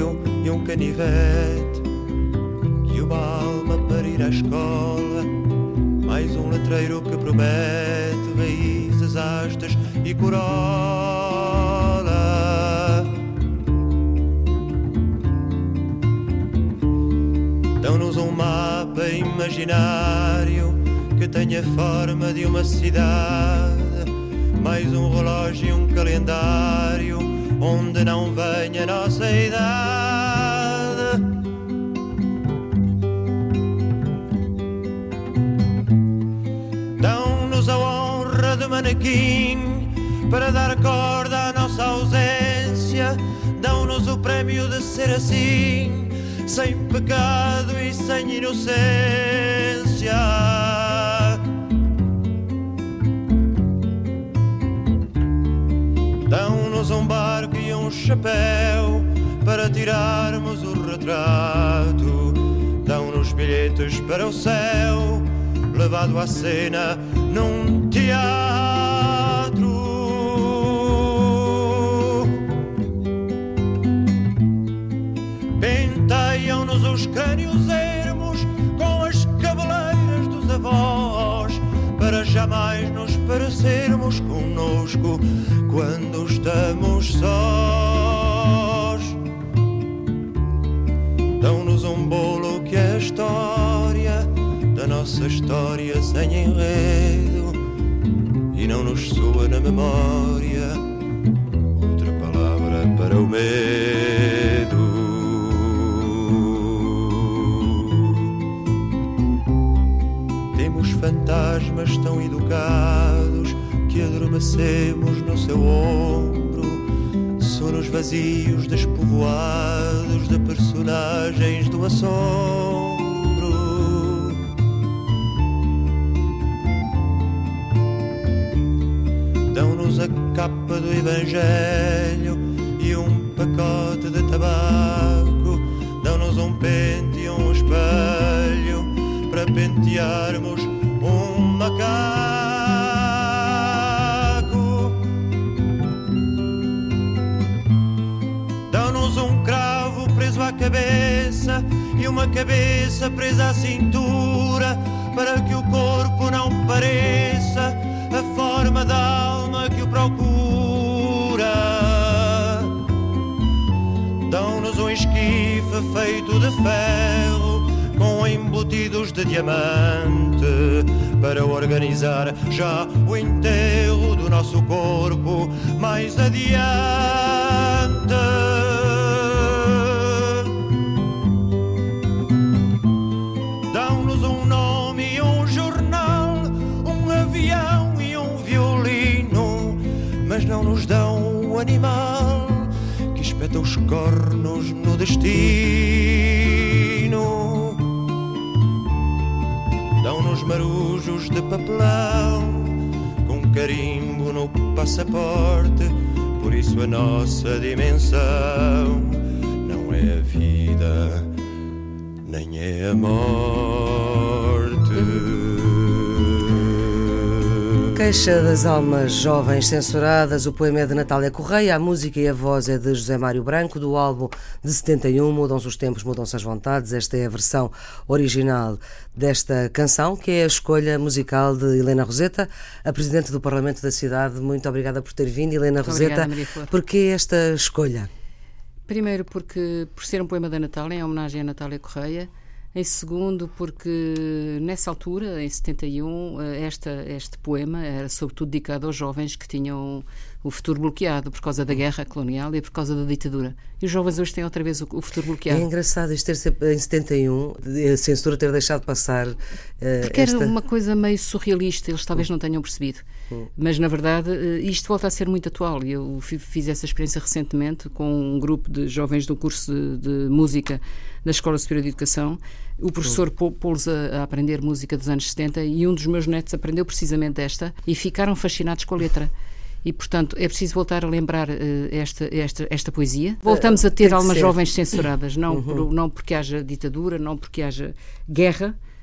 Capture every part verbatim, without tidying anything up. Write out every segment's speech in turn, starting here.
fio e um canivete e uma alma para ir à escola. Mais um letreiro que promete raízes, hastes e corola. Dão-nos um mapa imaginário que tenha forma de uma cidade. Mais um relógio e um calendário onde não venha a nossa idade. Dão-nos a honra de manequim para dar corda à nossa ausência. Dão-nos o prémio de ser assim, sem pecado e sem inocência. Dão-nos um barco e um chapéu para tirarmos o retrato. Dão-nos bilhetes para o céu, levado à cena num teatro. Penteiam-nos os crânios ermos com as cabeleiras dos avós, para jamais nos parecermos conosco quando estamos sós. Dão-nos um bolo que é a história da nossa história sem enredo, e não nos soa na memória outra palavra para o medo. Temos fantasmas tão educados que adormecemos no seu ombro, sonos vazios despovoados de personagens do assombro. Dão-nos a capa do Evangelho e um pacote de tabaco. Dão-nos um pente e um espelho para pentearmos um macaco. Um cravo preso à cabeça e uma cabeça presa à cintura, para que o corpo não pareça a forma da alma que o procura. Dão-nos um esquife feito de ferro com embutidos de diamante, para organizar já o enterro do nosso corpo mais adiante. Mas não nos dão o animal que espeta os cornos no destino. Dão-nos marujos de papelão com carimbo no passaporte. Por isso a nossa dimensão não é a vida, nem é a morte. Queixa das Almas Jovens Censuradas. O poema é de Natália Correia, a música e a voz é de José Mário Branco, do álbum de setenta e um, Mudam-se os Tempos, Mudam-se as Vontades. Esta é a versão original desta canção, que é a escolha musical de Helena Roseta, a Presidente do Parlamento da cidade. Muito obrigada por ter vindo, Helena Muito Roseta. Obrigada, Maria Flor. Porquê esta escolha? Primeiro porque, por ser um poema da Natália, em homenagem a Natália Correia. Em segundo, porque nessa altura, em setenta e um, esta, este poema era sobretudo dedicado aos jovens que tinham o futuro bloqueado por causa da guerra colonial e por causa da ditadura. E os jovens hoje têm outra vez o, o futuro bloqueado. É engraçado isto ter sempre, em setenta e um, a censura ter deixado passar... Uh, porque esta... era uma coisa meio surrealista, eles talvez não tenham percebido. Hum. Mas, na verdade, isto volta a ser muito atual. Eu fiz essa experiência recentemente com um grupo de jovens do curso de, de música da Escola Superior de Educação. O professor hum. pô-los a, a aprender música dos anos setenta e um dos meus netos aprendeu precisamente esta e ficaram fascinados com a letra. E, portanto, é preciso voltar a lembrar uh, esta, esta, esta poesia. Voltamos a ter almas jovens censuradas, não, uhum. por, não porque haja ditadura, não porque haja guerra,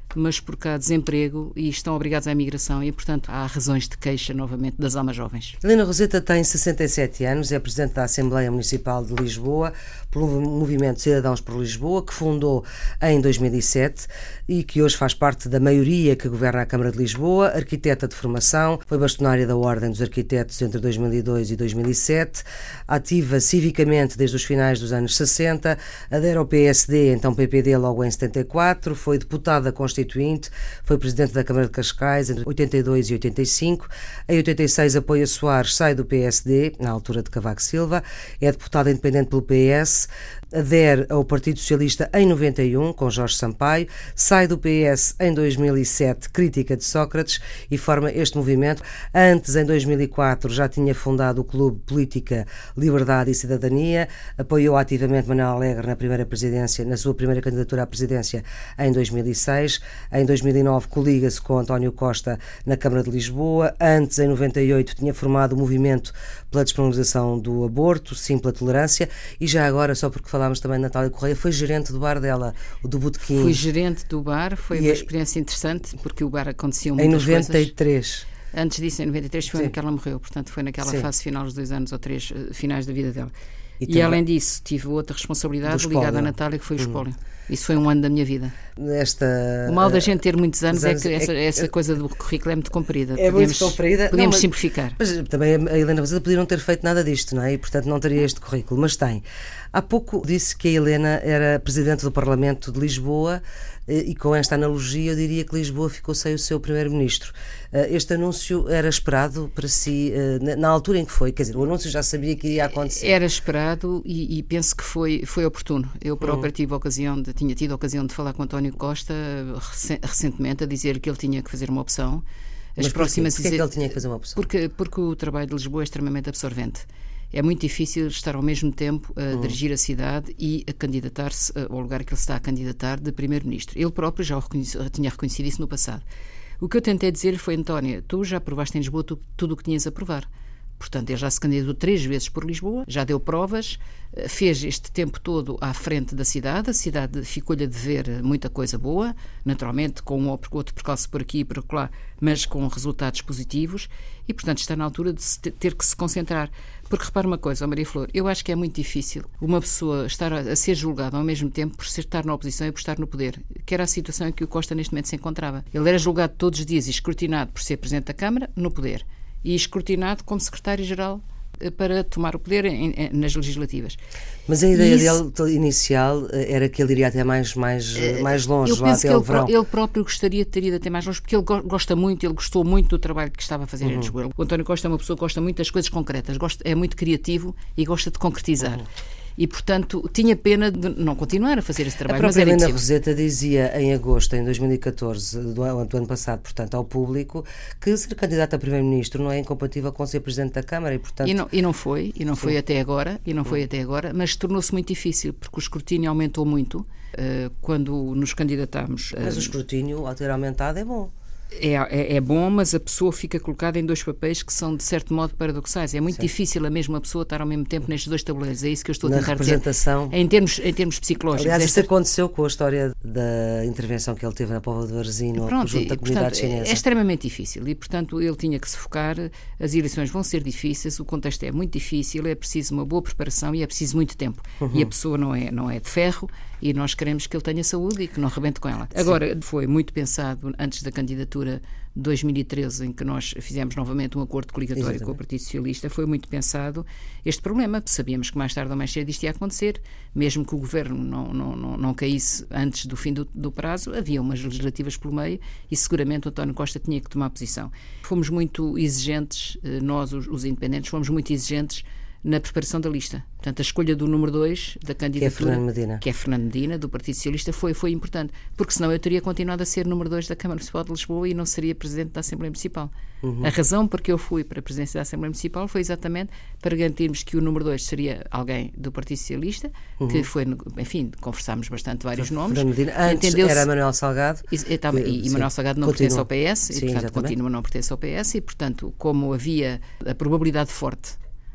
mas porque há desemprego e estão obrigados à imigração e, portanto, há razões de queixa, novamente, das almas jovens. Helena Roseta tem sessenta e sete anos, é Presidente da Assembleia Municipal de Lisboa, pelo Movimento Cidadãos por Lisboa, que fundou em dois mil e sete e que hoje faz parte da maioria que governa a Câmara de Lisboa, arquiteta de formação, foi bastonária da Ordem dos Arquitetos entre dois mil e dois e dois mil e sete, ativa civicamente desde os finais dos anos sessenta, adere ao P S D, então P P D, logo em setenta e quatro, foi deputada constituinte, foi Presidente da Câmara de Cascais entre oitenta e dois e oitenta e cinco, em oitenta e seis apoia Soares, sai do P S D, na altura de Cavaco Silva, é deputada independente pelo P S, adere ao Partido Socialista em noventa e um, com Jorge Sampaio, sai do P S em dois mil e sete, crítica de Sócrates, e forma este movimento. Antes, em dois mil e quatro, já tinha fundado o Clube Política, Liberdade e Cidadania, apoiou ativamente Manuel Alegre na primeira presidência, na sua primeira candidatura à presidência em dois mil e seis. Em dois mil e nove, coliga-se com António Costa na Câmara de Lisboa. Antes, em noventa e oito, tinha formado o movimento pela despenalização do aborto, sim pela tolerância, e já agora, só porque falámos também de Natália Correia, foi gerente do bar dela, o do Botequim. Fui gerente do bar, foi e uma é... experiência interessante, porque o bar aconteceu muitas coisas. Em noventa e três. Coisas. Antes disso, em noventa e três, foi sim. onde ela morreu, portanto foi naquela sim. fase final dos dois anos ou três finais da vida dela. E, e também... além disso, tive outra responsabilidade ligada à Natália, que foi o espólio. Hum. Isso foi um ano da minha vida. Esta, o mal da gente ter muitos anos, anos é que essa, é, essa coisa do currículo é muito comprida. É podíamos, muito comprida. Podíamos não, mas, simplificar. Mas também a Helena Roseta podia não ter feito nada disto, não é? E, portanto, não teria este currículo, mas tem. Há pouco disse que a Helena era Presidente do Parlamento de Lisboa e com esta analogia eu diria que Lisboa ficou sem o seu Primeiro-Ministro. Este anúncio era esperado para si na altura em que foi? Quer dizer, o anúncio já sabia que iria acontecer. Era esperado e, e penso que foi, foi oportuno. Eu própria tive a ocasião de, tinha tido a ocasião de falar com António Costa recentemente a dizer que ele tinha que fazer uma opção. As Mas próximas porquê? Porquê é que ele tinha que fazer uma opção? Porque, porque o trabalho de Lisboa é extremamente absorvente. É muito difícil estar ao mesmo tempo a hum. dirigir a cidade e a candidatar-se ao lugar que ele está a candidatar de Primeiro-Ministro. Ele próprio já o reconhece, tinha reconhecido isso no passado. O que eu tentei dizer-lhe foi: Antónia, tu já provaste em Lisboa tu, tudo o que tinhas a provar. Portanto, ele já se candidatou três vezes por Lisboa, já deu provas, fez este tempo todo à frente da cidade, a cidade ficou-lhe a dever muita coisa boa, naturalmente com um ou outro percalço por aqui e por lá, mas com resultados positivos, e portanto está na altura de ter que se concentrar. Porque repara uma coisa, oh Maria Flor, eu acho que é muito difícil uma pessoa estar a, a ser julgada ao mesmo tempo por estar na oposição e por estar no poder, que era a situação em que o Costa neste momento se encontrava. Ele era julgado todos os dias e escrutinado por ser Presidente da Câmara, no poder, e escrutinado como Secretário-Geral para tomar o poder em, em, nas legislativas. Mas a ideia Isso, dele inicial era que ele iria até mais, mais, mais longe, eu lá penso até que o ele, verão. Ele próprio gostaria de ter ido até mais longe, porque ele gosta muito, ele gostou muito do trabalho que estava a fazer uhum. em Lisboa. O António Costa é uma pessoa que gosta muito das coisas concretas, gosta, é muito criativo e gosta de concretizar. Uhum. E, portanto, tinha pena de não continuar a fazer esse trabalho. A própria mas Helena Roseta dizia em agosto, em dois mil e catorze, do ano, do ano passado, portanto, ao público, que ser candidata a Primeiro-Ministro não é incompatível com ser Presidente da Câmara e, portanto... E não, e não foi, e não Sim. foi até agora, e não foi até agora, mas tornou-se muito difícil, porque o escrutínio aumentou muito uh, quando nos candidatámos. Uh, mas o escrutínio, ao ter aumentado, é bom. É, é, é bom, mas a pessoa fica colocada em dois papéis que são, de certo modo, paradoxais. É muito Sim. difícil a mesma pessoa estar ao mesmo tempo nestes dois tabuleiros. É isso que eu estou a Na tentar representação. dizer. Em termos, em termos psicológicos. Aliás, isto aconteceu com a história da intervenção que ele teve na Póvoa de Varzim, no conjunto da comunidade chinesa. É extremamente difícil e, portanto, ele tinha que se focar. As eleições vão ser difíceis, o contexto é muito difícil, é preciso uma boa preparação e é preciso muito tempo. Uhum. E a pessoa não é, não é de ferro e nós queremos que ele tenha saúde e que não rebente com ela. Sim. Agora, foi muito pensado antes da candidatura de dois mil e treze, em que nós fizemos novamente um acordo coligatório Exatamente. Com o Partido Socialista, foi muito pensado este problema. Sabíamos que mais tarde ou mais cedo isto ia acontecer, mesmo que o governo não, não, não, não caísse antes do fim do, do prazo, havia umas legislativas pelo meio e seguramente o António Costa tinha que tomar posição. Fomos muito exigentes, nós, os, os independentes, fomos muito exigentes na preparação da lista. Portanto, a escolha do número dois da candidatura, que é Fernando Medina, que é Fernando Medina, do Partido Socialista, foi, foi importante, porque senão eu teria continuado a ser número dois da Câmara Municipal de Lisboa e não seria Presidente da Assembleia Municipal. Uhum. A razão por que eu fui para a Presidência da Assembleia Municipal foi exatamente para garantirmos que o número dois seria alguém do Partido Socialista, uhum. que foi, enfim, conversámos bastante vários nomes. Fernando Medina, antes era Manuel Salgado. E, e, que, e, e Manuel Salgado não continua. Pertence ao P S, sim, e portanto exatamente. continua não pertence ao P S, e portanto, como havia a probabilidade forte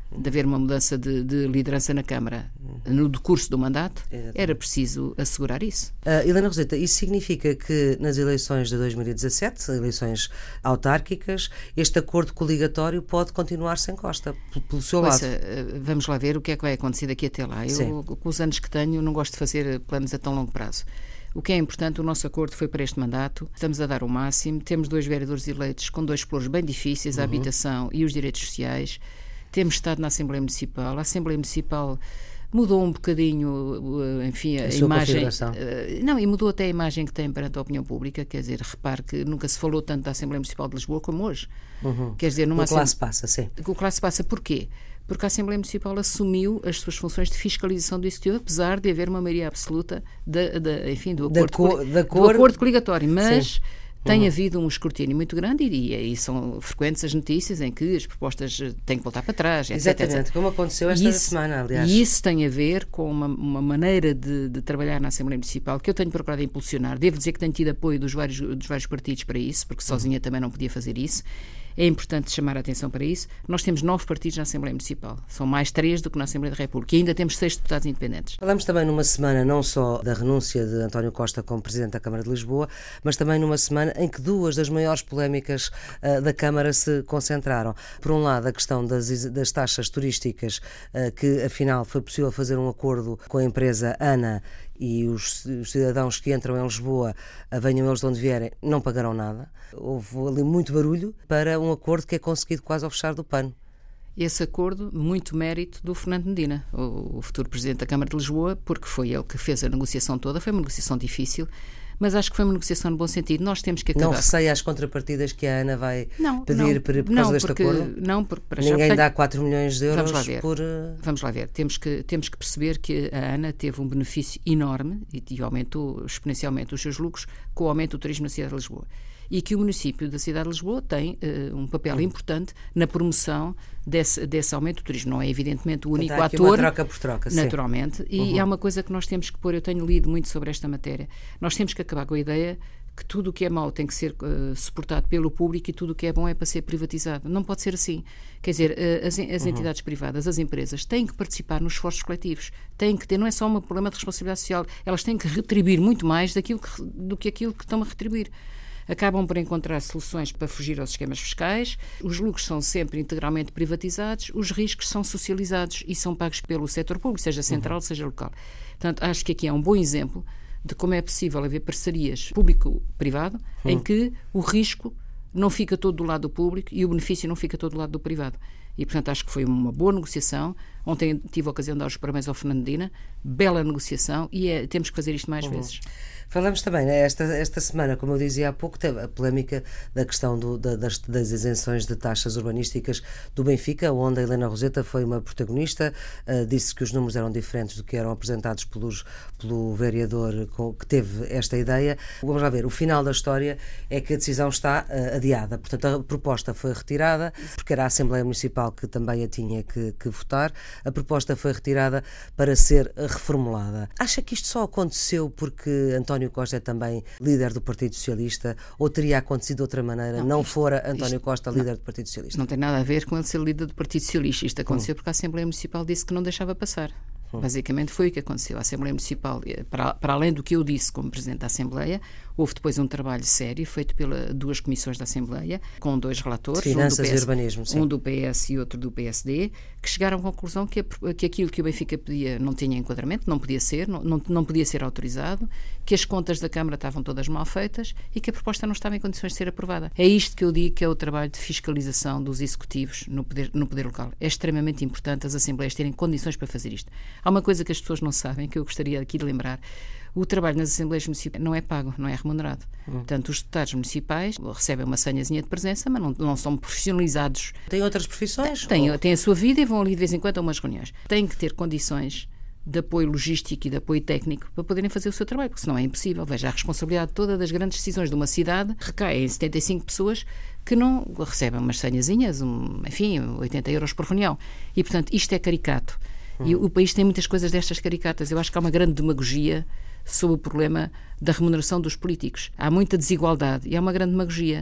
de haver uma mudança de, de liderança na Câmara no decurso do mandato, Exatamente. Era preciso assegurar isso. Uh, Helena Roseta, isso significa que nas eleições de dois mil e dezassete, eleições autárquicas, este acordo coligatório pode continuar sem Costa, pelo seu Ouça, lado? Vamos lá ver o que é que vai acontecer daqui até lá. Eu, Sim. com os anos que tenho, não gosto de fazer planos a tão longo prazo. O que é importante, o nosso acordo foi para este mandato, estamos a dar o máximo, temos dois vereadores eleitos com dois pelouros bem difíceis, a uhum. habitação e os direitos sociais, temos estado na Assembleia Municipal, a Assembleia Municipal mudou um bocadinho, enfim, a, a imagem, não, e mudou até a imagem que tem perante a opinião pública, quer dizer, repare que nunca se falou tanto da Assembleia Municipal de Lisboa como hoje. Uhum. Quer dizer, numa o que lá se passa, sim. O que lá se passa, porquê? Porque a Assembleia Municipal assumiu as suas funções de fiscalização do Executivo, apesar de haver uma maioria absoluta de, de, enfim, do, acordo, da cor, da do cor... acordo coligatório, mas sim. tem uhum. havido um escrutínio muito grande e, e são frequentes as notícias em que as propostas têm que voltar para trás, etcétera. Exatamente, etcétera. Como aconteceu esta isso, semana, aliás. E isso tem a ver com uma, uma maneira de, de trabalhar na Assembleia Municipal que eu tenho procurado impulsionar. Devo dizer que tenho tido apoio dos vários, dos vários partidos para isso, porque sozinha uhum. também não podia fazer isso. É importante chamar a atenção para isso. Nós temos nove partidos na Assembleia Municipal. São mais três do que na Assembleia da República. E ainda temos seis deputados independentes. Falamos também numa semana não só da renúncia de António Costa como Presidente da Câmara de Lisboa, mas também numa semana em que duas das maiores polémicas uh, da Câmara se concentraram. Por um lado, a questão das, das taxas turísticas, uh, que afinal foi possível fazer um acordo com a empresa ANA e os, os cidadãos que entram em Lisboa, venham eles de onde vierem, não pagarão nada. Houve ali muito barulho para um acordo que é conseguido quase ao fechar do pano. Esse acordo, muito mérito do Fernando Medina, o, o futuro Presidente da Câmara de Lisboa, porque foi ele que fez a negociação toda. Foi uma negociação difícil, mas acho que foi uma negociação no bom sentido. Nós temos que acabar. Não receia as contrapartidas que a ANA vai não, pedir não, por, por não, causa deste porque, acordo? Não, porque para Ninguém já, dá quatro milhões de euros vamos lá ver, por... Vamos lá ver. Temos que, temos que perceber que a ANA teve um benefício enorme e, e aumentou exponencialmente os seus lucros com o aumento do turismo na cidade de Lisboa. E que o município da cidade de Lisboa tem uh, um papel hum. importante na promoção desse, desse aumento do turismo. Não é evidentemente o único então, há aqui ator, uma troca por troca, naturalmente, sim. e uhum. há uma coisa que nós temos que pôr, eu tenho lido muito sobre esta matéria, nós temos que acabar com a ideia que tudo o que é mau tem que ser uh, suportado pelo público e tudo o que é bom é para ser privatizado. Não pode ser assim. Quer dizer, uh, as, as uhum. entidades privadas, as empresas, têm que participar nos esforços coletivos. Têm que ter, não é só um problema de responsabilidade social, elas têm que retribuir muito mais daquilo que, do que aquilo que estão a retribuir. Acabam por encontrar soluções para fugir aos esquemas fiscais, os lucros são sempre integralmente privatizados, os riscos são socializados e são pagos pelo setor público, seja central, uhum. seja local. Portanto, acho que aqui é um bom exemplo de como é possível haver parcerias público-privado uhum. em que o risco não fica todo do lado do público e o benefício não fica todo do lado do privado. E, portanto, acho que foi uma boa negociação. Ontem tive a ocasião de dar os parabéns ao Fernando Medina. Bela negociação e é, temos que fazer isto mais uhum. vezes. Falamos também, né, esta, esta semana, como eu dizia há pouco, teve a polémica da questão do, da, das, das isenções de taxas urbanísticas do Benfica, onde a Helena Roseta foi uma protagonista, uh, disse que os números eram diferentes do que eram apresentados pelos, pelo vereador com, que teve esta ideia. Vamos lá ver, o final da história é que a decisão está uh, adiada. Portanto, a proposta foi retirada, porque era a Assembleia Municipal que também a tinha que, que votar. A proposta foi retirada para ser reformulada. Acha que isto só aconteceu porque António Costa é também líder do Partido Socialista, ou teria acontecido de outra maneira, não, não isto, fora António isto, Costa líder não, do Partido Socialista? Não tem nada a ver com ele ser líder do Partido Socialista. Isto aconteceu hum. porque a Assembleia Municipal disse que não deixava passar. Hum. Basicamente foi o que aconteceu. A Assembleia Municipal, para, para além do que eu disse como Presidente da Assembleia, houve depois um trabalho sério feito pelas duas comissões da Assembleia, com dois relatores, Finanças um do P S, e Urbanismo, sim. um do P S e outro do P S D, que chegaram à conclusão que, a, que aquilo que o Benfica pedia não tinha enquadramento, não podia ser, não, não, não podia ser autorizado, que as contas da Câmara estavam todas mal feitas e que a proposta não estava em condições de ser aprovada. É isto que eu digo que é o trabalho de fiscalização dos executivos no poder, no poder local. É extremamente importante as Assembleias terem condições para fazer isto. Há uma coisa que as pessoas não sabem, que eu gostaria aqui de lembrar. O trabalho nas Assembleias Municipais não é pago, não é remunerado. Hum. Portanto, os deputados municipais recebem uma senhazinha de presença, mas não, não são profissionalizados. Têm outras profissões? Têm, têm a sua vida e vão ali de vez em quando a umas reuniões. Têm que ter condições de apoio logístico e de apoio técnico para poderem fazer o seu trabalho, porque senão é impossível. Veja, a responsabilidade toda das grandes decisões de uma cidade recai em setenta e cinco pessoas que não recebem umas senhazinhas, um, enfim, oitenta euros por reunião. E, portanto, isto é caricato. Hum. E o país tem muitas coisas destas caricatas. Eu acho que há uma grande demagogia sobre o problema da remuneração dos políticos. Há muita desigualdade e há uma grande demagogia.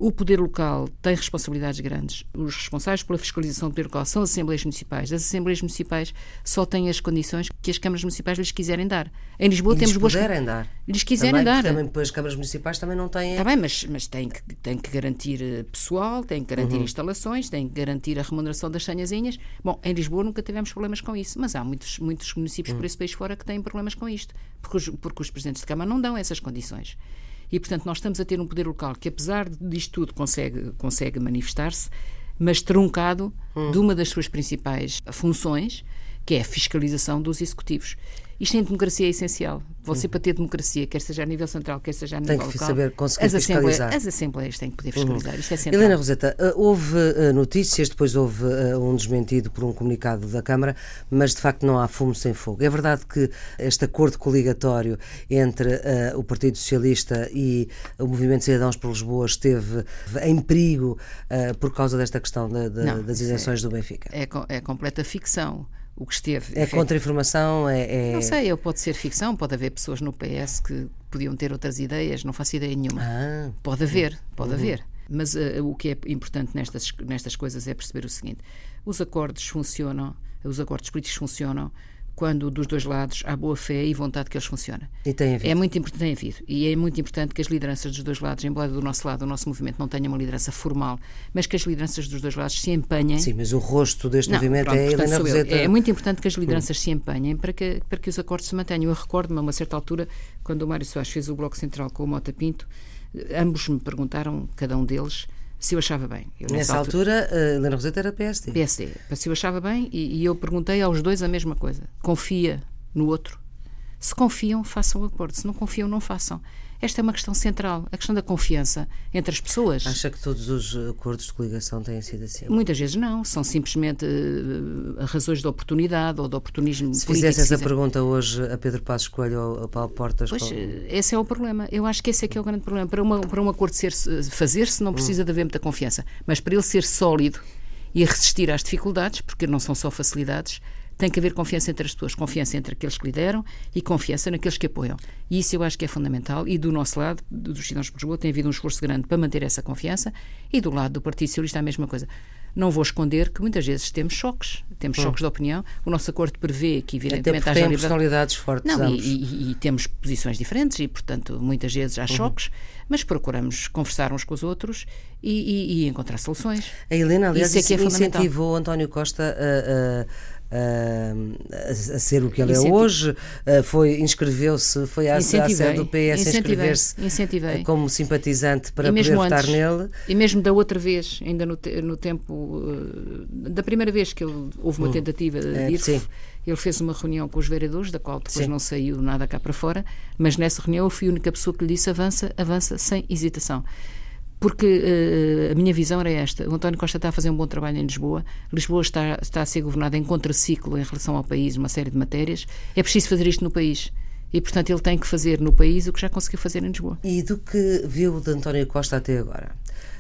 O poder local tem responsabilidades grandes. Os responsáveis pela fiscalização do poder local são as Assembleias Municipais. As Assembleias Municipais só têm as condições que as câmaras municipais lhes quiserem dar. Em Lisboa e temos lhes boas... puderem dar. Lhes quiserem também, dar. Também depois as câmaras municipais também não têm... Está bem, mas, mas têm, que, têm que garantir pessoal, têm que garantir uhum. instalações, têm que garantir a remuneração das senhazinhas. Bom, em Lisboa nunca tivemos problemas com isso, mas há muitos, muitos municípios uhum. por esse país fora que têm problemas com isto, porque os, porque os presidentes de Câmara não dão essas condições. E, portanto, nós estamos a ter um poder local que, apesar disto tudo, consegue, consegue manifestar-se, mas truncado hum. de uma das suas principais funções, que é a fiscalização dos executivos. Isto em democracia é essencial. Você, hum. para ter democracia, quer seja a nível central, quer seja a nível tem que local, saber conseguir as, fiscalizar. assembleias, as assembleias têm que poder fiscalizar. Uhum. Isto é central. Helena Roseta, houve notícias, depois houve um desmentido por um comunicado da Câmara, mas de facto não há fumo sem fogo. É verdade que este acordo coligatório entre uh, o Partido Socialista e o Movimento Cidadãos por Lisboa esteve em perigo uh, por causa desta questão de, de, não, das eleições é, do Benfica? É, é completa ficção. O que esteve... É contra-informação? É, é... Não sei, pode ser ficção, pode haver pessoas no P S que podiam ter outras ideias, não faço ideia nenhuma. Ah, pode haver, pode uhum. haver. Mas uh, o que é importante nestas, nestas coisas é perceber o seguinte: os acordos funcionam, os acordos políticos funcionam quando dos dois lados há boa fé e vontade que eles funcionem. E tem havido. É muito importante, tem havido. E é muito importante que as lideranças dos dois lados, embora do nosso lado o nosso movimento não tenha uma liderança formal, mas que as lideranças dos dois lados se empenhem... Sim, mas o rosto deste não, movimento pronto, é a Helena Roseta. É muito importante que as lideranças hum. se empenhem para que, para que os acordos se mantenham. Eu recordo-me a uma certa altura, quando o Mário Soares fez o Bloco Central com o Mota Pinto, ambos me perguntaram, cada um deles, se eu achava bem. Eu, nessa, nessa altura, altura a Helena Roseta era P S D. P S D. Se eu achava bem, e, e eu perguntei aos dois a mesma coisa. Confia no outro? Se confiam, façam o acordo. Se não confiam, não façam. Esta é uma questão central, a questão da confiança entre as pessoas. Acha que todos os acordos de coligação têm sido assim? Muitas vezes não, são simplesmente uh, razões de oportunidade ou de oportunismo se político. Se fizesse essa pergunta hoje a Pedro Passos Coelho ou a Paulo Portas... Pois, com... esse é o problema. Eu acho que esse é que é o grande problema. Para, uma, para um acordo ser, fazer-se não precisa hum. de haver muita confiança, mas para ele ser sólido e resistir às dificuldades, porque não são só facilidades, tem que haver confiança entre as pessoas, confiança entre aqueles que lideram e confiança naqueles que apoiam. E isso eu acho que é fundamental, e do nosso lado, dos Cidadãos de Lisboa, tem havido um esforço grande para manter essa confiança, e do lado do Partido Socialista a mesma coisa. Não vou esconder que muitas vezes temos choques, temos hum. choques de opinião. O nosso acordo prevê que, evidentemente, haja liberdade... personalidades fortes. Não, e, e, e temos posições diferentes e, portanto, muitas vezes há uhum. choques, mas procuramos conversar uns com os outros e, e, e encontrar soluções. A Helena, aliás, isso é que é incentivou António Costa a... a... Uh, a, a ser o que ele Incentiv... é hoje, uh, foi, inscreveu-se, foi à, à sede do P S inscrever-se uh, como simpatizante para poder votar nele. E mesmo da outra vez, ainda no, te, no tempo uh, da primeira vez que ele, houve uma hum. tentativa de ir, sim. ele fez uma reunião com os vereadores, da qual depois sim. não saiu nada cá para fora, mas nessa reunião eu fui a única pessoa que lhe disse avança, avança sem hesitação. Porque uh, a minha visão era esta: o António Costa está a fazer um bom trabalho em Lisboa, Lisboa está, está a ser governada em contraciclo em relação ao país, uma série de matérias, é preciso fazer isto no país. E, portanto, ele tem que fazer no país o que já conseguiu fazer em Lisboa. E do que viu de António Costa até agora?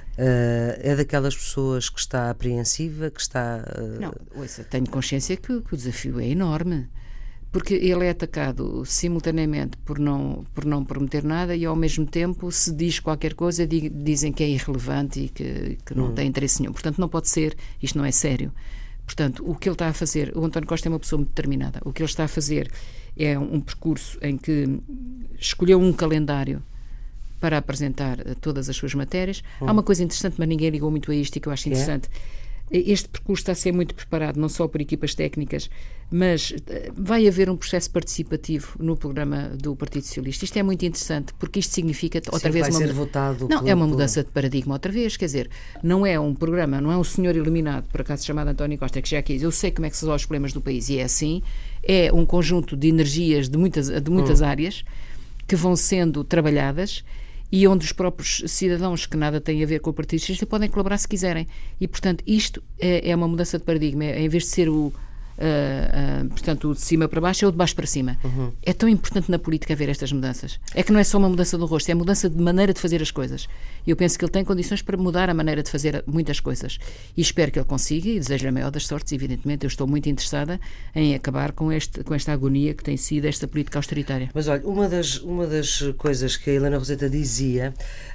Uh, é daquelas pessoas que está apreensiva, que está... Uh... Não, ouça, tenho consciência que, que o desafio é enorme. Porque ele é atacado simultaneamente por não, por não prometer nada e, ao mesmo tempo, se diz qualquer coisa, dizem que é irrelevante e que, que não hum. tem interesse nenhum. Portanto, não pode ser, isto não é sério. Portanto, o que ele está a fazer, o António Costa é uma pessoa muito determinada, o que ele está a fazer é um, um percurso em que escolheu um calendário para apresentar todas as suas matérias. Hum. Há uma coisa interessante, mas ninguém ligou muito a isto e que eu acho interessante. É? Este percurso está a ser muito preparado, não só por equipas técnicas, mas vai haver um processo participativo no programa do Partido Socialista. Isto é muito interessante, porque isto significa outra Sim, vez vai uma ser votado não pelo... é uma mudança de paradigma outra vez, quer dizer, não é um programa, não é um senhor iluminado, por acaso chamado António Costa, que já quis, eu sei como é que se resolve os problemas do país e é assim, é um conjunto de energias de muitas, de muitas hum. áreas que vão sendo trabalhadas e onde os próprios cidadãos que nada têm a ver com o Partido Socialista podem colaborar se quiserem. E, portanto, isto é, é uma mudança de paradigma. É, em vez de ser o, uh, uh, portanto, o de cima para baixo é o de baixo para cima. Uhum. É tão importante na política haver estas mudanças. É que não é só uma mudança do rosto, é a mudança de maneira de fazer as coisas. E eu penso que ele tem condições para mudar a maneira de fazer muitas coisas. E espero que ele consiga, e desejo-lhe a maior das sortes, evidentemente. Eu estou muito interessada em acabar com, este, com esta agonia que tem sido esta política austeritária. Mas olha, uma das, uma das coisas que a Helena Roseta dizia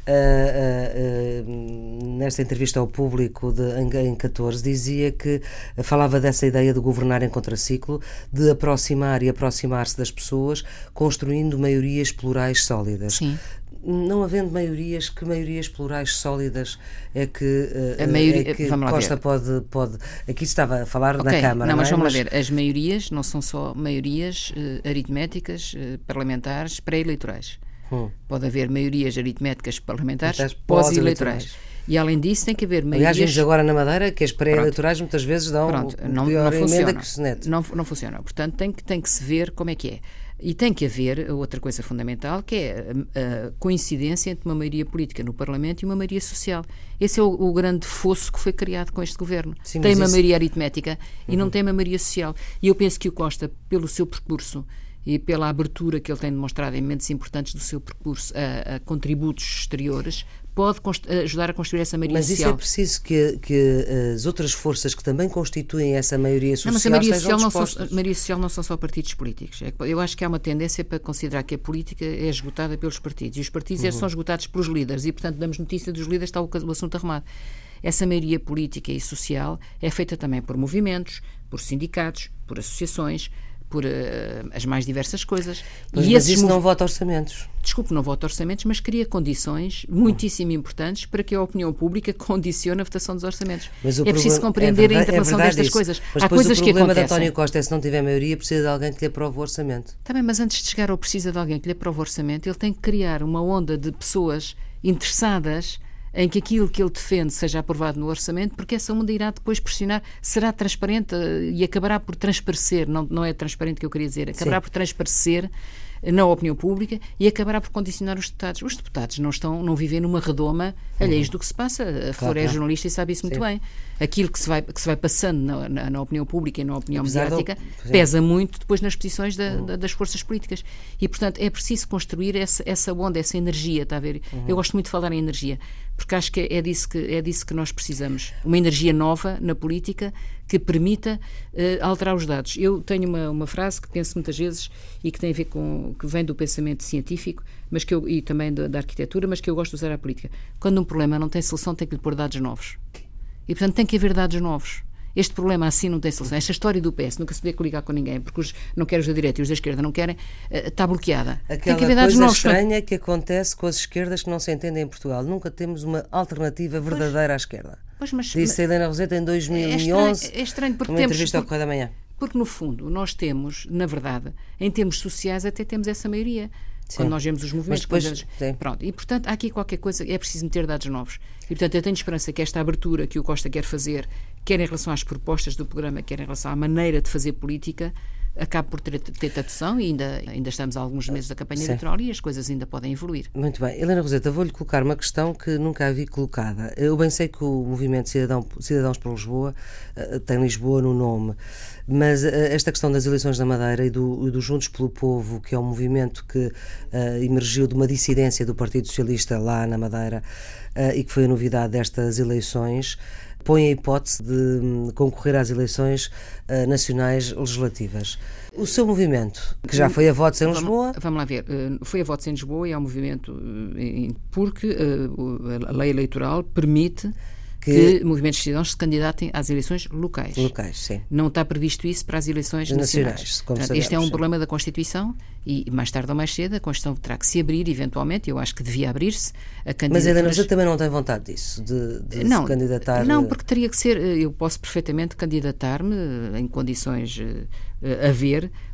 uh, uh, uh, nesta entrevista ao Público de, em, em catorze, dizia que uh, falava dessa ideia de governar em contraciclo, de aproximar e aproximar-se das pessoas, construindo maiorias plurais sólidas. Sim. Não havendo maiorias, que maiorias plurais sólidas é que, uh, a maioria, é que Costa pode, pode... Aqui estava a falar okay, na Câmara. Não, mas não é? vamos mas... lá ver. As maiorias não são só maiorias uh, aritméticas, uh, parlamentares, pré-eleitorais. Hum. Pode haver maiorias aritméticas parlamentares pós-eleitorais. E além disso tem que haver maiorias... Aliás, vimos agora na Madeira que as pré-eleitorais muitas vezes dão Pronto, não, pior não emenda funciona. que o Senete. Não, não funciona. Portanto, tem que, tem que se ver como é que é. E tem que haver outra coisa fundamental, que é a, a coincidência entre uma maioria política no Parlamento e uma maioria social. Esse é o, o grande fosso que foi criado com este governo. Sim, tem uma isso... maioria aritmética e uhum. não tem uma maioria social. E eu penso que o Costa, pelo seu percurso e pela abertura que ele tem demonstrado em momentos importantes do seu percurso a, a contributos exteriores, pode ajudar a construir essa maioria mas social. Mas isso é preciso que, que as outras forças que também constituem essa maioria social, não, mas a maioria social não são, a maioria social não são só partidos políticos. Eu acho que há uma tendência para considerar que a política é esgotada pelos partidos. E os partidos uhum. são esgotados pelos líderes. E, portanto, damos notícia dos líderes, está o, o assunto arrumado. Essa maioria política e social é feita também por movimentos, por sindicatos, por associações, por uh, as mais diversas coisas. Pois, e mas isso não vota orçamentos. Desculpe, não vota orçamentos, mas cria condições muitíssimo importantes para que a opinião pública condicione a votação dos orçamentos. Mas é preciso compreender é verdade, a interrelação é destas isso. coisas. Mas Há coisas o que problema acontecem. de António Costa é se não tiver maioria, precisa de alguém que lhe aprove o orçamento. Está bem, mas antes de chegar ao precisa de alguém que lhe aprove o orçamento, ele tem que criar uma onda de pessoas interessadas em que aquilo que ele defende seja aprovado no orçamento, porque essa onda irá depois pressionar, será transparente e acabará por transparecer, não, não é transparente que eu queria dizer, acabará Sim. por transparecer na opinião pública e acabará por condicionar os deputados. Os deputados não estão, não vivem numa redoma alheios uhum. do que se passa. A Flor claro, é claro. jornalista e sabe isso muito Sim. bem. Aquilo que se vai, que se vai passando na, na, na opinião pública e na opinião Apesar mediática do... pesa muito depois nas posições da, uhum. da, das forças políticas. E, portanto, é preciso construir essa, essa onda, essa energia, está a ver? Uhum. Eu gosto muito de falar em energia, porque acho que é disso que, é disso que nós precisamos. Uma energia nova na política que permita uh, alterar os dados. Eu tenho uma, uma frase que penso muitas vezes e que tem a ver com, que vem do pensamento científico, mas que eu, e também da, da arquitetura, mas que eu gosto de usar à política. Quando um problema não tem solução, tem que lhe pôr dados novos. E, portanto, tem que haver dados novos. Este problema assim não tem solução. Esta história do P S, nunca se podia coligar com ninguém, porque os, não quer os da direita e os da esquerda não querem, uh, está bloqueada. Aquela tem que haver dados coisa novos. estranha que acontece com as esquerdas que não se entendem em Portugal. Nunca temos uma alternativa verdadeira pois, à esquerda. Pois, mas, Disse a Helena Roseta em dois mil e onze, é estranho, é estranho porque numa temos, entrevista ao Correio da Manhã. Porque, no fundo, nós temos, na verdade, em termos sociais, até temos essa maioria. Sim. Quando nós vemos os movimentos. Depois, vemos, pronto. E, portanto, há aqui qualquer coisa, é preciso meter dados novos. E, portanto, eu tenho esperança que esta abertura que o Costa quer fazer, quer em relação às propostas do programa, quer em relação à maneira de fazer política, acabe por ter, ter tradução e ainda, ainda estamos há alguns meses da campanha Sim. eleitoral e as coisas ainda podem evoluir. Muito bem. Helena Roseta, vou-lhe colocar uma questão que nunca a vi colocada. Eu bem sei que o movimento Cidadão, Cidadãos por Lisboa uh, tem Lisboa no nome, mas uh, esta questão das eleições da Madeira e do, do Juntos pelo Povo, que é um movimento que uh, emergiu de uma dissidência do Partido Socialista lá na Madeira uh, e que foi a novidade destas eleições, põe a hipótese de concorrer às eleições uh, nacionais legislativas. O seu movimento, que já foi a votos em Lisboa... Vamos, vamos lá ver. Uh, foi a votos em Lisboa e é um movimento uh, porque uh, a lei eleitoral permite que, que movimentos de cidadãos se candidatem às eleições locais. Locais, sim. Não está previsto isso para as eleições nacionais. nacionais Portanto, este é um sim. problema da Constituição e mais tarde ou mais cedo a Constituição terá que se abrir eventualmente, eu acho que devia abrir-se a candidaturas... Mas a Helena Roseta também não tem vontade disso, de, de não, se candidatar... Não, porque teria que ser, eu posso perfeitamente candidatar-me em condições a ver,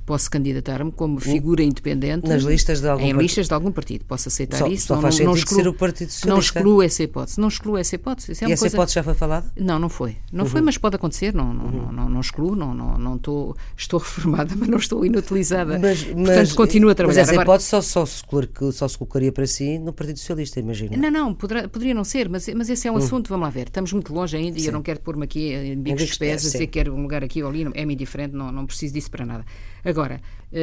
posso candidatar-me como figura independente nas listas de algum em partido. listas de algum partido. Posso aceitar só, isso. Só não, faz não, não sentido excluo, ser o Partido Socialista. Não excluo essa hipótese. Não excluo essa hipótese. Isso é e uma essa coisa... hipótese já foi falada? Não, não foi. Não uhum. foi, mas pode acontecer. Não, não, uhum. não, não, não excluo. Não, não, não estou, estou reformada, mas não estou inutilizada. Mas, Portanto, mas, continuo a trabalhar. Mas essa Agora, hipótese só, só, se, só se colocaria para si no Partido Socialista, imagino. Não, não, poderá, poderia não ser, mas, mas esse é um uhum. assunto, vamos lá ver. Estamos muito longe ainda Sim. e eu não quero pôr-me aqui em bicos de pés, a dizer que quero um lugar aqui ou ali, é-me indiferente, não, não preciso disso para nada. Agora,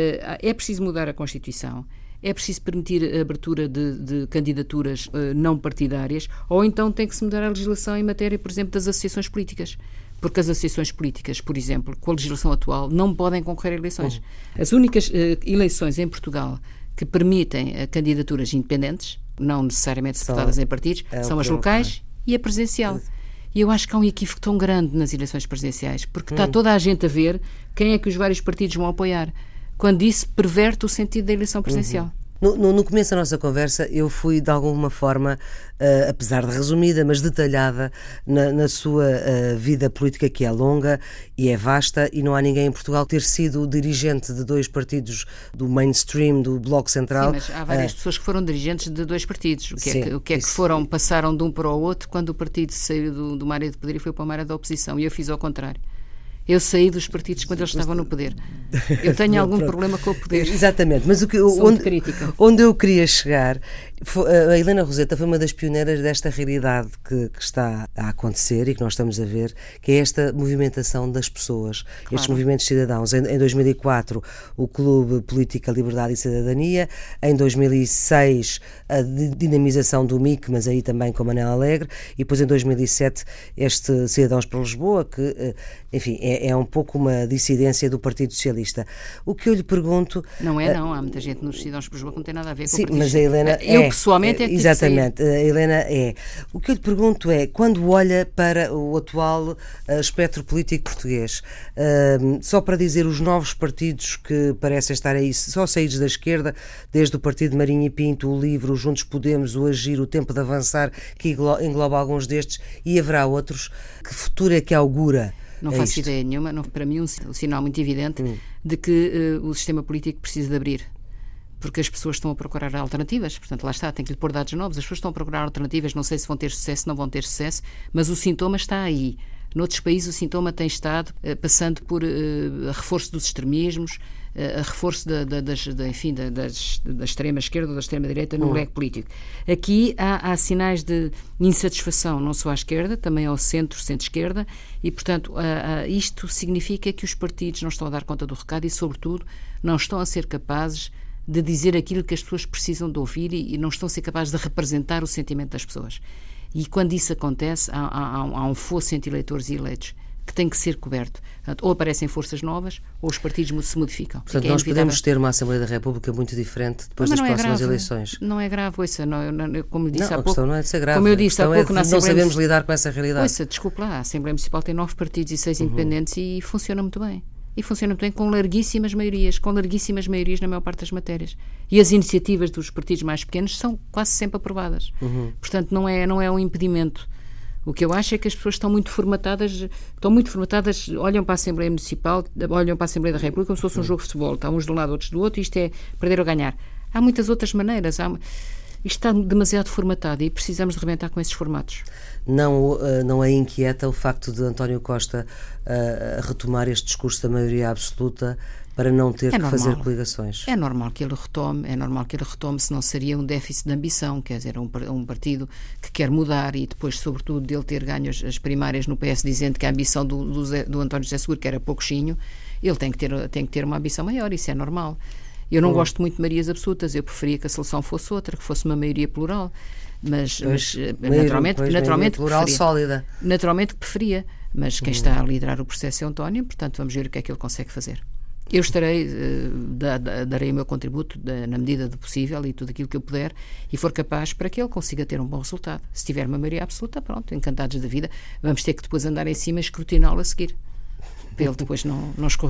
é preciso mudar a Constituição, é preciso permitir a abertura de, de candidaturas não partidárias, ou então tem que se mudar a legislação em matéria, por exemplo, das associações políticas. Porque as associações políticas, por exemplo, com a legislação atual, não podem concorrer a eleições. Uhum. As únicas uh, eleições em Portugal que permitem uh, candidaturas independentes, não necessariamente suportadas em partidos, é são as locais e a presidencial. E eu acho que há um equívoco tão grande nas eleições presidenciais, porque está hum. toda a gente a ver quem é que os vários partidos vão apoiar, quando isso perverte o sentido da eleição presidencial. Uhum. No, no, no começo da nossa conversa, eu fui, de alguma forma, uh, apesar de resumida, mas detalhada na, na sua uh, vida política, que é longa e é vasta, e não há ninguém em Portugal ter sido dirigente de dois partidos do mainstream, do Bloco Central. Sim, mas há várias uh, pessoas que foram dirigentes de dois partidos. O que sim, é que, o que, é que foram, passaram de um para o outro quando o partido saiu do, do uma área de poder e foi para uma área da oposição, e eu fiz ao contrário. Eu saí dos partidos quando eles estavam no poder. Eu tenho algum problema com o poder. Exatamente, mas o que, onde, onde eu queria chegar, foi, a Helena Roseta foi uma das pioneiras desta realidade que, que está a acontecer e que nós estamos a ver, que é esta movimentação das pessoas, claro. Estes movimentos cidadãos. Em, em dois mil e quatro, o Clube Política, Liberdade e Cidadania. Em dois mil e seis, a dinamização do M I C, mas aí também com Manela Alegre. E depois, em dois mil e sete, este Cidadãos para Lisboa, que, enfim, é É um pouco uma dissidência do Partido Socialista. O que eu lhe pergunto... Não é, não. Há muita gente nos Cidadãos para Lisboa que não tem nada a ver com sim, o Partido mas a Helena Eu, é, pessoalmente, é que exatamente, a Helena é. O que eu lhe pergunto é, quando olha para o atual uh, espectro político português, uh, só para dizer os novos partidos que parecem estar aí, só saídos da esquerda, desde o Partido de Marinho e Pinto, o LIVRE, o Juntos Podemos, o Agir, o Tempo de Avançar, que engloba alguns destes, e haverá outros, que futuro é que augura? Não é faço isto. ideia nenhuma. Não, para mim, um, um sinal muito evidente hum. de que uh, o sistema político precisa de abrir. Porque as pessoas estão a procurar alternativas. Portanto, lá está, tem que lhe pôr dados novos. As pessoas estão a procurar alternativas. Não sei se vão ter sucesso, se não vão ter sucesso, mas o sintoma está aí. Noutros países, o sintoma tem estado uh, passando por uh, reforço dos extremismos, a reforço da, da, das, da, enfim, da, das, da extrema esquerda ou da extrema direita no leque político. Aqui há, há sinais de insatisfação, não só à esquerda, também ao centro, centro-esquerda, e, portanto, a, a, isto significa que os partidos não estão a dar conta do recado e, sobretudo, não estão a ser capazes de dizer aquilo que as pessoas precisam de ouvir e, e não estão a ser capazes de representar o sentimento das pessoas. E quando isso acontece, há, há, há um fosso entre eleitores e eleitos que tem que ser coberto. Portanto, ou aparecem forças novas, ou os partidos se modificam. Portanto, nós podemos ter uma Assembleia da República muito diferente depois das próximas eleições. Não é grave, ouça, não, não, como lhe disse não, há a pouco... questão não é de ser grave. Como eu disse há pouco, é na Assembleia... Não sabemos lidar com essa realidade. Ouça, desculpe lá, a Assembleia Municipal tem nove partidos e seis uhum. independentes e funciona muito bem. E funciona muito bem com larguíssimas maiorias, com larguíssimas maiorias na maior parte das matérias. E as iniciativas dos partidos mais pequenos são quase sempre aprovadas. Uhum. Portanto, não é, não é um impedimento. O que eu acho é que as pessoas estão muito formatadas, estão muito formatadas, olham para a Assembleia Municipal, olham para a Assembleia da República como se fosse um jogo de futebol. Estão uns de um lado, outros do outro, e isto é perder ou ganhar. Há muitas outras maneiras. Há... Isto está demasiado formatado e precisamos de rebentar com esses formatos. Não, não a inquieta o facto de António Costa uh, retomar este discurso da maioria absoluta para não ter é que normal. fazer coligações? É normal que ele retome, é normal que ele retome, senão seria um déficit de ambição, quer dizer, um, um partido que quer mudar e depois, sobretudo, dele ter ganho as, as primárias no P S, dizendo que a ambição do, do, Zé, do António José Seguro, que era pouquinho, ele tem que ter, tem que ter uma ambição maior, isso é normal. Eu não hum. gosto muito de maiorias absolutas, eu preferia que a solução fosse outra, que fosse uma maioria plural, mas, pois, mas naturalmente, pois, naturalmente plural preferia. Sólida. Naturalmente que preferia, mas quem hum. está a liderar o processo é o António, portanto vamos ver o que é que ele consegue fazer. Eu estarei, uh, da, da, darei o meu contributo da, na medida do possível e tudo aquilo que eu puder e for capaz para que ele consiga ter um bom resultado. Se tiver uma maioria absoluta, pronto, encantados da vida, vamos ter que depois andar em cima e escrutiná-lo a seguir, para ele depois não, não escorregar.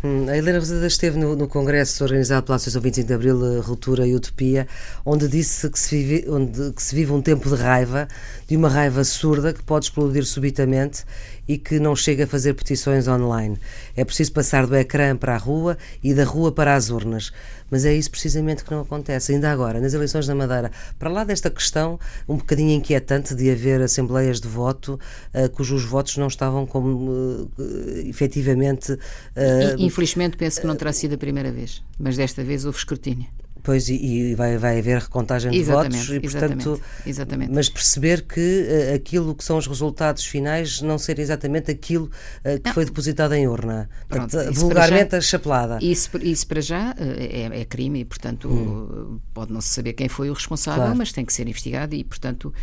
Hum, a Helena Rosada esteve no, no congresso organizado pela Associação vinte e cinco de Abril, Ruptura e Utopia, onde disse que se, vive, onde, que se vive um tempo de raiva, de uma raiva surda que pode explodir subitamente e que não chega a fazer petições online. É preciso passar do ecrã para a rua e da rua para as urnas. Mas é isso precisamente que não acontece. Ainda agora, nas eleições da Madeira, para lá desta questão um bocadinho inquietante de haver assembleias de voto uh, cujos votos não estavam como uh, efetivamente... Uh, e, infelizmente penso que não terá sido a primeira vez, mas desta vez houve escrutínio. Pois, e, e vai, vai haver recontagem de exatamente, votos e, portanto, exatamente, exatamente. mas perceber que uh, aquilo que são os resultados finais não ser exatamente aquilo uh, que não. foi depositado em urna. Pronto, portanto, vulgarmente já, a chapelada. Isso, isso para já uh, é, é crime e, portanto, hum. pode não se saber quem foi o responsável, claro. Mas tem que ser investigado e, portanto,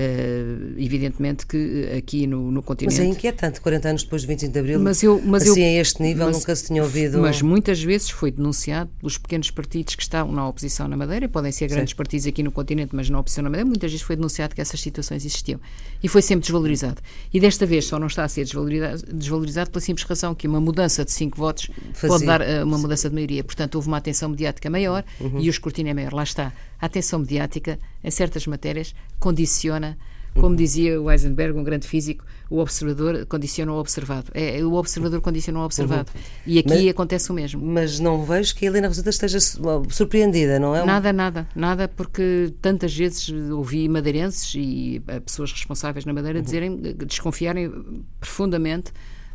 Uh, evidentemente que aqui no, no continente... Mas é inquietante, quarenta anos depois de vinte e cinco de Abril, mas eu, mas assim eu, a este nível mas, nunca se tinha ouvido... Mas muitas vezes foi denunciado pelos pequenos partidos que estão na oposição na Madeira, podem ser grandes Sim. partidos aqui no continente, mas na oposição na Madeira, muitas vezes foi denunciado que essas situações existiam. E foi sempre desvalorizado. E desta vez só não está a ser desvalorizado, desvalorizado pela simples razão que uma mudança de cinco votos Fazia. pode dar uh, uma mudança de maioria. Portanto, houve uma atenção mediática maior uhum. e o escrutínio é maior. Lá está. A atenção mediática, em certas matérias, condiciona... Como dizia o Heisenberg, um grande físico, o observador condiciona o observado. É, o observador condiciona o observado. Uhum. E aqui mas, acontece o mesmo. Mas não vejo que a Helena Rosada esteja surpreendida, não é? Nada, nada, nada, porque tantas vezes ouvi madeirenses e pessoas responsáveis na Madeira uhum. dizerem, desconfiarem profundamente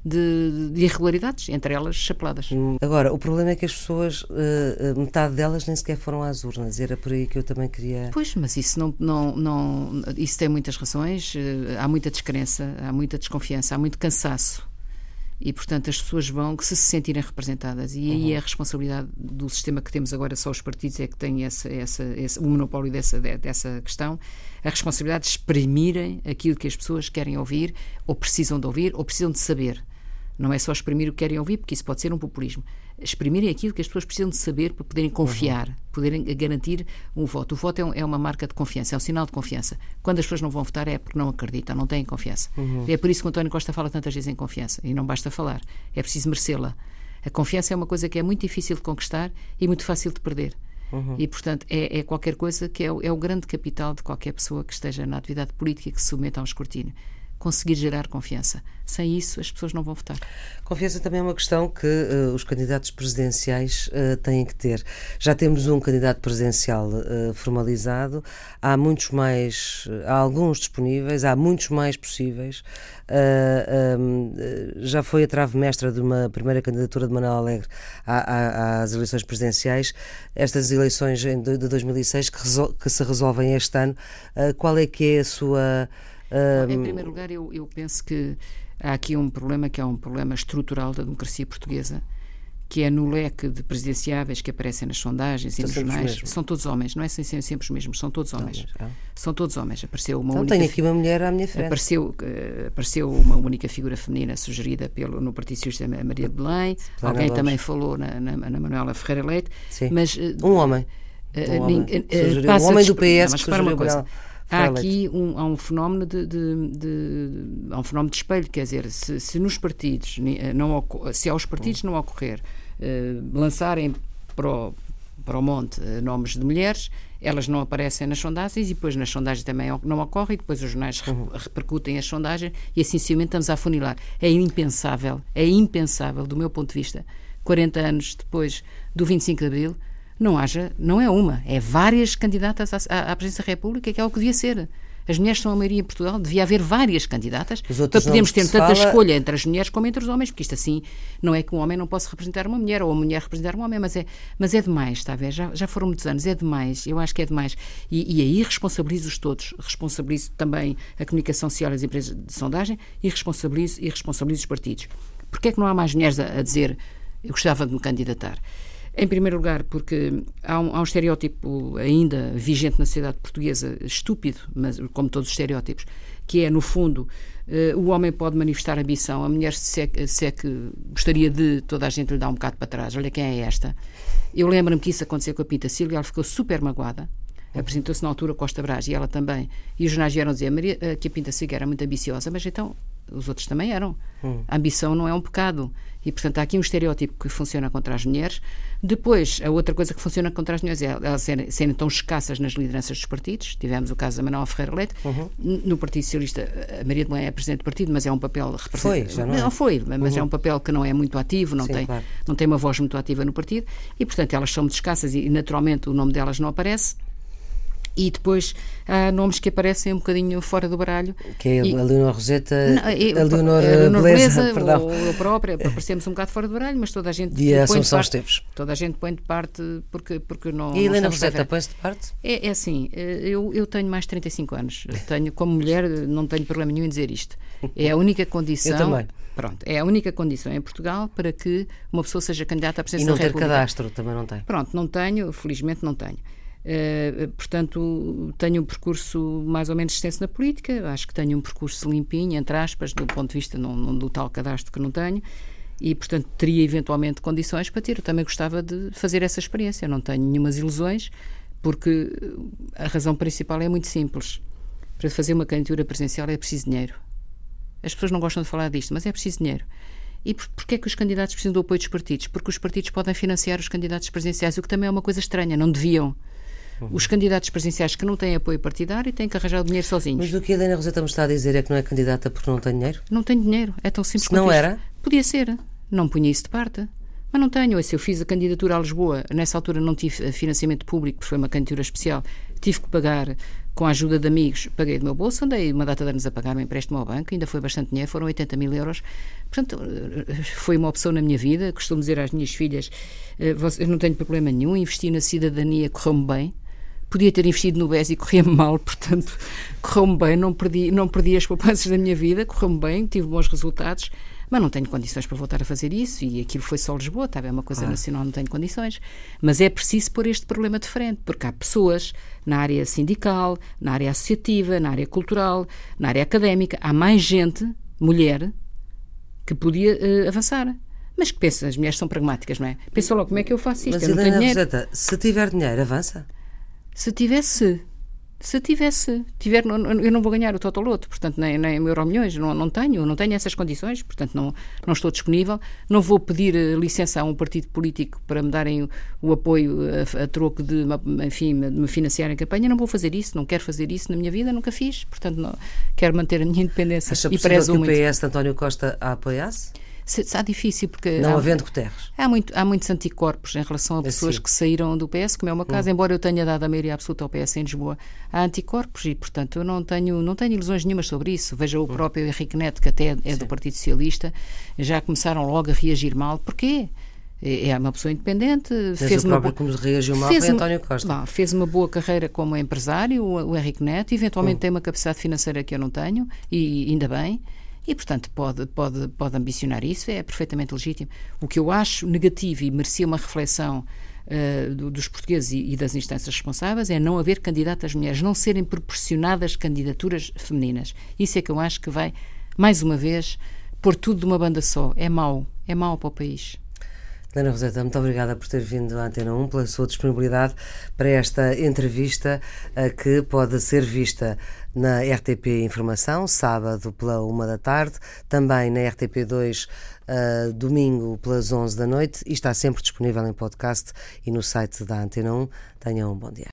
De, de irregularidades, entre elas chapeladas. Agora, o problema é que as pessoas, uh, metade delas nem sequer foram às urnas, era por aí que eu também queria... Pois, mas isso não, não, não isso tem muitas razões, uh, há muita descrença, há muita desconfiança, há muito cansaço e, portanto, as pessoas vão que se, se sentirem representadas e aí uhum. é a responsabilidade do sistema que temos agora, só os partidos é que têm essa, essa, esse, o monopólio dessa, dessa questão, a responsabilidade de exprimirem aquilo que as pessoas querem ouvir ou precisam de ouvir ou precisam de saber. Não é só exprimir o que querem ouvir, porque isso pode ser um populismo. Exprimirem aquilo que as pessoas precisam de saber para poderem confiar, uhum. poderem garantir um voto. O voto é, um, é uma marca de confiança, é um sinal de confiança. Quando as pessoas não vão votar é porque não acreditam, não têm confiança. Uhum. É por isso que o António Costa fala tantas vezes em confiança. E não basta falar, é preciso merecê-la. A confiança é uma coisa que é muito difícil de conquistar e muito fácil de perder. Uhum. E, portanto, é, é qualquer coisa que é, é o grande capital de qualquer pessoa que esteja na atividade política que se submeta a um escrutínio. Conseguir gerar confiança. Sem isso, as pessoas não vão votar. Confiança também é uma questão que uh, os candidatos presidenciais uh, têm que ter. Já temos um candidato presidencial uh, formalizado, há muitos mais, há alguns disponíveis, há muitos mais possíveis. Uh, um, já foi a trave mestra de uma primeira candidatura de Manuel Alegre à, à, às eleições presidenciais. Estas eleições de, de dois mil e seis que, resol, que se resolvem este ano, uh, qual é que é a sua... Um... Em primeiro lugar, eu, eu penso que há aqui um problema que é um problema estrutural da democracia portuguesa, que é no leque de presidenciáveis que aparecem nas sondagens e nos jornais. São todos homens, não é sem ser sempre os mesmos, são todos homens. Não, são todos homens. Apareceu uma então única... tenho aqui uma mulher à minha frente. Apareceu, uh, apareceu uma única figura feminina sugerida pelo, no Partido Socialista, a Maria de Belém. Plana Alguém Lopes. Também falou na, na, na Manuela Ferreira Leite. Sim. Mas, uh, um homem. Uh, um homem, uh, um homem do P S não, que sugeriu uma coisa. Há aqui um, há um fenómeno de, de, de, há um fenómeno de espelho, quer dizer, se, se nos partidos, não, se aos partidos não ocorrer uh, lançarem para o, para o monte uh, nomes de mulheres, elas não aparecem nas sondagens e depois nas sondagens também não ocorrem e depois os jornais uhum. repercutem as sondagens e assim simplesmente estamos a afunilar. É impensável, é impensável do meu ponto de vista, quarenta anos depois do vinte e cinco de Abril, não haja, não é uma, é várias candidatas à, à, à Presidência da República, que é o que devia ser. As mulheres são a maioria em Portugal, devia haver várias candidatas para podermos ter tanta fala... escolha entre as mulheres como entre os homens, porque isto assim não é que um homem não possa representar uma mulher ou a mulher representar um homem, mas é, mas é demais, está a ver? Já, já foram muitos anos, é demais, eu acho que é demais. E, e aí responsabilizo-os todos, responsabilizo também a comunicação social e as empresas de sondagem e responsabilizo, e responsabilizo os partidos. Porquê é que não há mais mulheres a, a dizer eu gostava de me candidatar? Em primeiro lugar, porque há um, há um estereótipo ainda vigente na sociedade portuguesa, estúpido, mas como todos os estereótipos, que é, no fundo, uh, o homem pode manifestar ambição, a mulher se é, se é que gostaria de, toda a gente lhe dá um bocado para trás, olha quem é esta. Eu lembro-me que isso aconteceu com a Pinta Silva, ela ficou super magoada, apresentou-se na altura Costa Brás e ela também, e os jornais vieram dizer Maria, que a Pinta Silva era muito ambiciosa, mas então os outros também eram. Hum. A ambição não é um pecado. E, portanto, há aqui um estereótipo que funciona contra as mulheres. Depois, a outra coisa que funciona contra as mulheres é elas serem, serem tão escassas nas lideranças dos partidos. Tivemos o caso da Manuela Ferreira Leite. Uhum. No Partido Socialista, a Maria de Belém é presidente do partido, mas é um papel representativo. Foi, já não é? Não foi, mas Uhum. é um papel que não é muito ativo, não, Sim, tem, claro. não tem uma voz muito ativa no partido. E, portanto, elas são muito escassas e, naturalmente, o nome delas não aparece. E depois há nomes que aparecem um bocadinho fora do baralho. Que é e, a Leonor Roseta, não, eu, a Leonor Leonor Beleza, Beleza, perdão. ou eu própria, aparecemos um bocado fora do baralho, mas toda a gente E a põe de Assunção parte, Esteves. toda a gente põe de parte porque, porque não. E a Helena não Roseta Roseta põe-se de parte? É, é assim, eu, eu tenho mais de trinta e cinco anos. Tenho, como mulher, não tenho problema nenhum em dizer isto. É a única condição. Eu também. Pronto, é a única condição em Portugal para que uma pessoa seja candidata à E presidência não da ter República. cadastro, também não tem. Pronto, não tenho, felizmente não tenho. Uh, portanto, tenho um percurso mais ou menos extenso na política, acho que tenho um percurso limpinho, entre aspas, do ponto de vista não, não, do tal cadastro que não tenho, e, portanto, teria eventualmente condições para ter. Eu também gostava de fazer essa experiência, não tenho nenhumas ilusões, porque a razão principal é muito simples. Para fazer uma candidatura presidencial é preciso dinheiro. As pessoas não gostam de falar disto, mas é preciso dinheiro. E por, porquê é que os candidatos precisam do apoio dos partidos? Porque os partidos podem financiar os candidatos presidenciais, o que também é uma coisa estranha, não deviam. Os candidatos presidenciais que não têm apoio partidário têm que arranjar o dinheiro sozinhos. Mas o que a Helena Roseta me está a dizer é que não é candidata porque não tem dinheiro? Não tenho dinheiro, é tão simples Se quanto não isto. era? Podia ser, não punha isso de parte. Mas não tenho, se eu fiz a candidatura a Lisboa, nessa altura não tive financiamento público, porque foi uma candidatura especial, tive que pagar com a ajuda de amigos, paguei do meu bolso, andei uma data de anos a pagar um empréstimo ao banco, ainda foi bastante dinheiro, foram oitenta mil euros. Portanto, foi uma opção na minha vida. Costumo dizer às minhas filhas, eu não tenho problema nenhum, investi na cidadania, correu-me bem. Podia ter investido no B E S e corria-me mal, portanto, correu-me bem, não perdi, não perdi as poupanças da minha vida, correu-me bem, tive bons resultados, mas não tenho condições para voltar a fazer isso, e aquilo foi só Lisboa, tá, é uma coisa ah. nacional, não tenho condições. Mas é preciso pôr este problema de frente, porque há pessoas na área sindical, na área associativa, na área cultural, na área académica, há mais gente, mulher, que podia uh, avançar. Mas que pensa, as mulheres são pragmáticas, não é? Pensa logo, como é que eu faço isto? Mas, eu não tenho dinheiro. Roseta, se tiver dinheiro, avança? Se tivesse, se tivesse, tiver, eu não vou ganhar o Totoloto, portanto, nem, nem o Euromilhões, não, não tenho, não tenho essas condições, portanto, não, não estou disponível, não vou pedir licença a um partido político para me darem o, o apoio a, a troco de, enfim, de me financiar em campanha, não vou fazer isso, não quero fazer isso na minha vida, nunca fiz, portanto, não, quero manter a minha independência. Acha e possível que o muito. P S de António Costa a apoiasse? Está difícil porque não há, havendo Guterres. Há, muito, há muitos anticorpos em relação a pessoas assim. que saíram do P S, como é o meu caso, hum. embora eu tenha dado a maioria absoluta ao P S em Lisboa, há anticorpos e, portanto, eu não tenho, não tenho ilusões nenhumas sobre isso. Veja o próprio Henrique Neto, que até é Sim. do Partido Socialista, já começaram logo a reagir mal. Porquê? É uma pessoa independente. Mas fez o uma próprio boa, como reagiu mal fez foi uma, António Costa. Bom, fez uma boa carreira como empresário, o, o Henrique Neto, eventualmente hum. tem uma capacidade financeira que eu não tenho, e ainda bem. E, portanto, pode, pode, pode ambicionar isso, é perfeitamente legítimo. O que eu acho negativo e merecia uma reflexão uh, do, dos portugueses e, e das instâncias responsáveis é não haver candidatas mulheres, não serem proporcionadas candidaturas femininas. Isso é que eu acho que vai, mais uma vez, pôr tudo de uma banda só. É mau, é mau para o país. Helena Roseta, muito obrigada por ter vindo à Antena um, pela sua disponibilidade para esta entrevista que pode ser vista na R T P Informação, sábado pela uma da tarde, também na R T P dois, uh, domingo pelas onze da noite, e está sempre disponível em podcast e no site da Antena um. Tenham um bom dia.